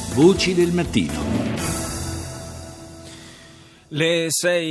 Voci del mattino. Le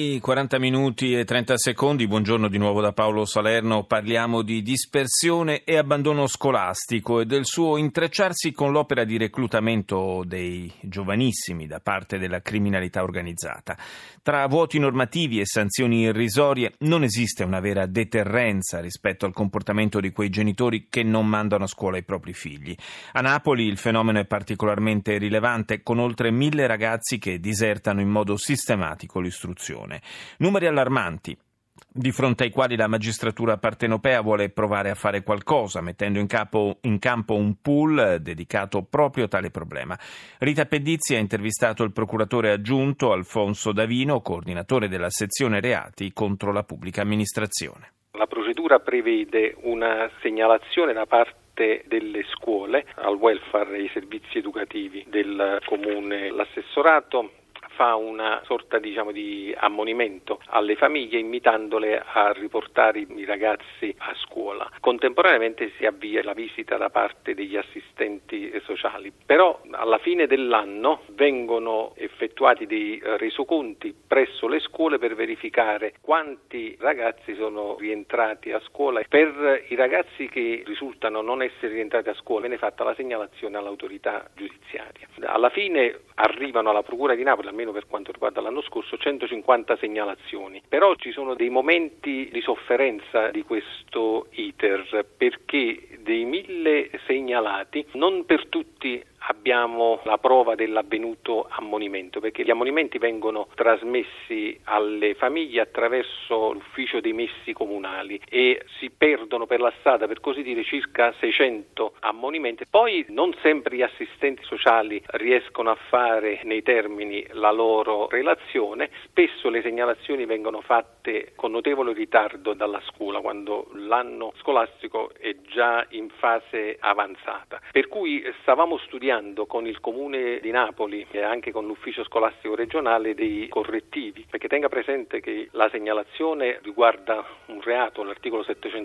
6:40 e 30 secondi, buongiorno di nuovo da Paolo Salerno. Parliamo di dispersione e abbandono scolastico e del suo intrecciarsi con l'opera di reclutamento dei giovanissimi da parte della criminalità organizzata. Tra vuoti normativi e sanzioni irrisorie non esiste una vera deterrenza rispetto al comportamento di quei genitori che non mandano a scuola i propri figli. A Napoli il fenomeno è particolarmente rilevante, con oltre 1.000 ragazzi che disertano in modo sistematico l'istruzione. Numeri allarmanti, di fronte ai quali la magistratura partenopea vuole provare a fare qualcosa, mettendo in campo un pool dedicato proprio a tale problema. Rita Pedizzi ha intervistato il procuratore aggiunto Alfonso Davino, coordinatore della sezione reati contro la pubblica amministrazione. La procedura prevede una segnalazione da parte delle scuole al welfare e ai servizi educativi del comune. L'assessorato fa una sorta di ammonimento alle famiglie invitandole a riportare i ragazzi a scuola. Contemporaneamente si avvia la visita da parte degli assistenti sociali, però alla fine dell'anno vengono effettuati dei resoconti presso le scuole per verificare quanti ragazzi sono rientrati a scuola. Per i ragazzi che risultano non essere rientrati a scuola viene fatta la segnalazione all'autorità giudiziaria. Alla fine arrivano alla Procura di Napoli, almeno per quanto riguarda l'anno scorso, 150 segnalazioni. Però ci sono dei momenti di sofferenza di questo iter, perché dei 1.000 segnalati non per tutti abbiamo la prova dell'avvenuto ammonimento, perché gli ammonimenti vengono trasmessi alle famiglie attraverso l'ufficio dei messi comunali e si perdono per la strada, per così dire, circa 600 ammonimenti. Poi non sempre gli assistenti sociali riescono a fare nei termini la loro relazione, spesso le segnalazioni vengono fatte con notevole ritardo dalla scuola, quando l'anno scolastico è già in fase avanzata. Per cui stavamo studiando con il Comune di Napoli e anche con l'Ufficio Scolastico Regionale dei correttivi, perché tenga presente che la segnalazione riguarda un reato, l'articolo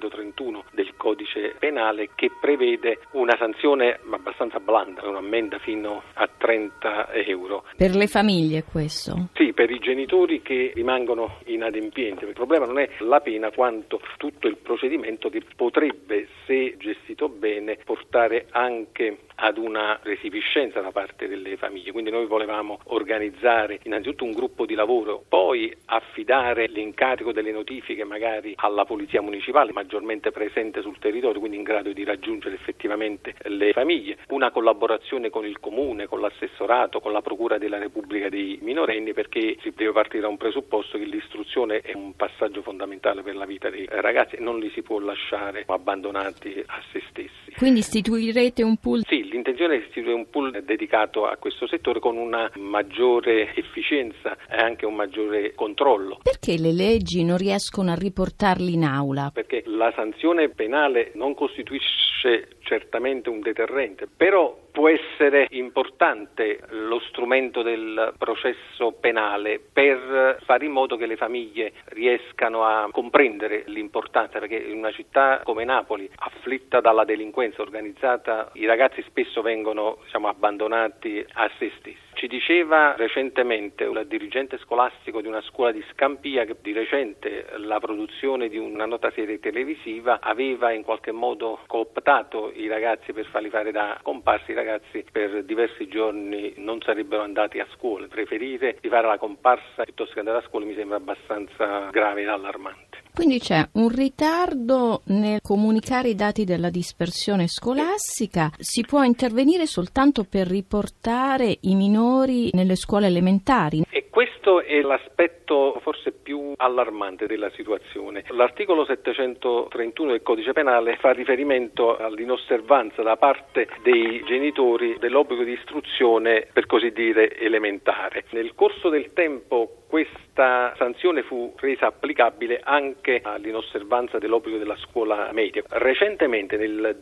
731 del Codice Penale, che prevede una sanzione abbastanza blanda, un'ammenda fino a 30 euro. Per le famiglie questo? Sì, per i genitori che rimangono inadempienti. Il problema non è la pena quanto tutto il procedimento che potrebbe, se gestito bene, portare anche ad una resipiscenza da parte delle famiglie. Quindi noi volevamo organizzare innanzitutto un gruppo di lavoro, poi affidare l'incarico delle notifiche magari alla polizia municipale, maggiormente presente sul territorio, quindi in grado di raggiungere effettivamente le famiglie, una collaborazione con il comune, con l'assessorato, con la procura della Repubblica dei minorenni, perché si deve partire da un presupposto che l'istruzione è un passaggio fondamentale per la vita dei ragazzi e non li si può lasciare abbandonati a se stessi. Quindi istituirete un pool? Sì, l'intenzione è istituire un pool dedicato a questo settore con una maggiore efficienza e anche un maggiore controllo. Perché le leggi non riescono a riportarli in aula? Perché la sanzione penale non costituisce certamente un deterrente, però può essere importante lo strumento del processo penale per fare in modo che le famiglie riescano a comprendere l'importanza, perché in una città come Napoli, afflitta dalla delinquenza organizzata, i ragazzi spesso vengono abbandonati a se stessi. Ci diceva recentemente un dirigente scolastico di una scuola di Scampia che di recente la produzione di una nota serie televisiva aveva in qualche modo cooptato i ragazzi per farli fare da comparsi. I ragazzi per diversi giorni non sarebbero andati a scuola. Preferire di fare la comparsa piuttosto che andare a scuola mi sembra abbastanza grave e allarmante. Quindi c'è un ritardo nel comunicare i dati della dispersione scolastica, si può intervenire soltanto per riportare i minori nelle scuole elementari. E questo è l'aspetto forse più allarmante della situazione. L'articolo 731 del Codice Penale fa riferimento all'inosservanza da parte dei genitori dell'obbligo di istruzione, per così dire, elementare. Nel corso del tempo questa sanzione fu resa applicabile anche all'inosservanza dell'obbligo della scuola media. Recentemente, nel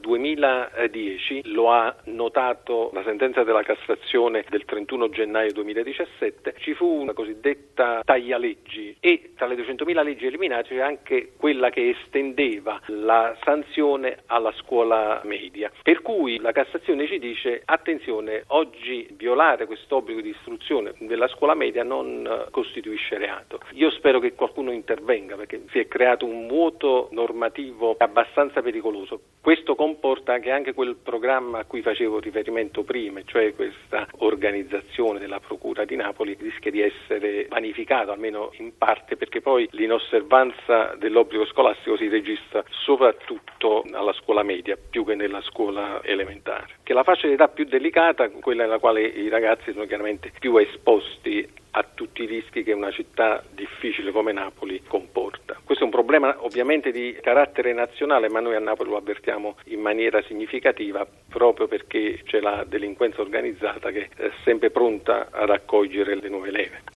2010, lo ha notato la sentenza della Cassazione del 31 gennaio 2017, ci fu una cosiddetta taglia leggi e tra le 200.000 leggi eliminate c'è anche quella che estendeva la sanzione alla scuola media. Per cui la Cassazione ci dice: attenzione, oggi violare quest'obbligo di istruzione della scuola media non costituisce reato. Io spero che qualcuno intervenga, perché si è creato un vuoto normativo abbastanza pericoloso. Questo comporta che anche quel programma a cui facevo riferimento prima, cioè questa organizzazione della Procura di Napoli, rischia di essere vanificato, almeno in parte, perché poi l'inosservanza dell'obbligo scolastico si registra soprattutto alla scuola media, più che nella scuola elementare, che è la fascia d'età più delicata, quella nella quale i ragazzi sono chiaramente più esposti a tutti i rischi che una città difficile come Napoli comporta. Questo è un problema ovviamente di carattere nazionale, ma noi a Napoli lo avvertiamo in maniera significativa proprio perché c'è la delinquenza organizzata che è sempre pronta ad accogliere le nuove leve.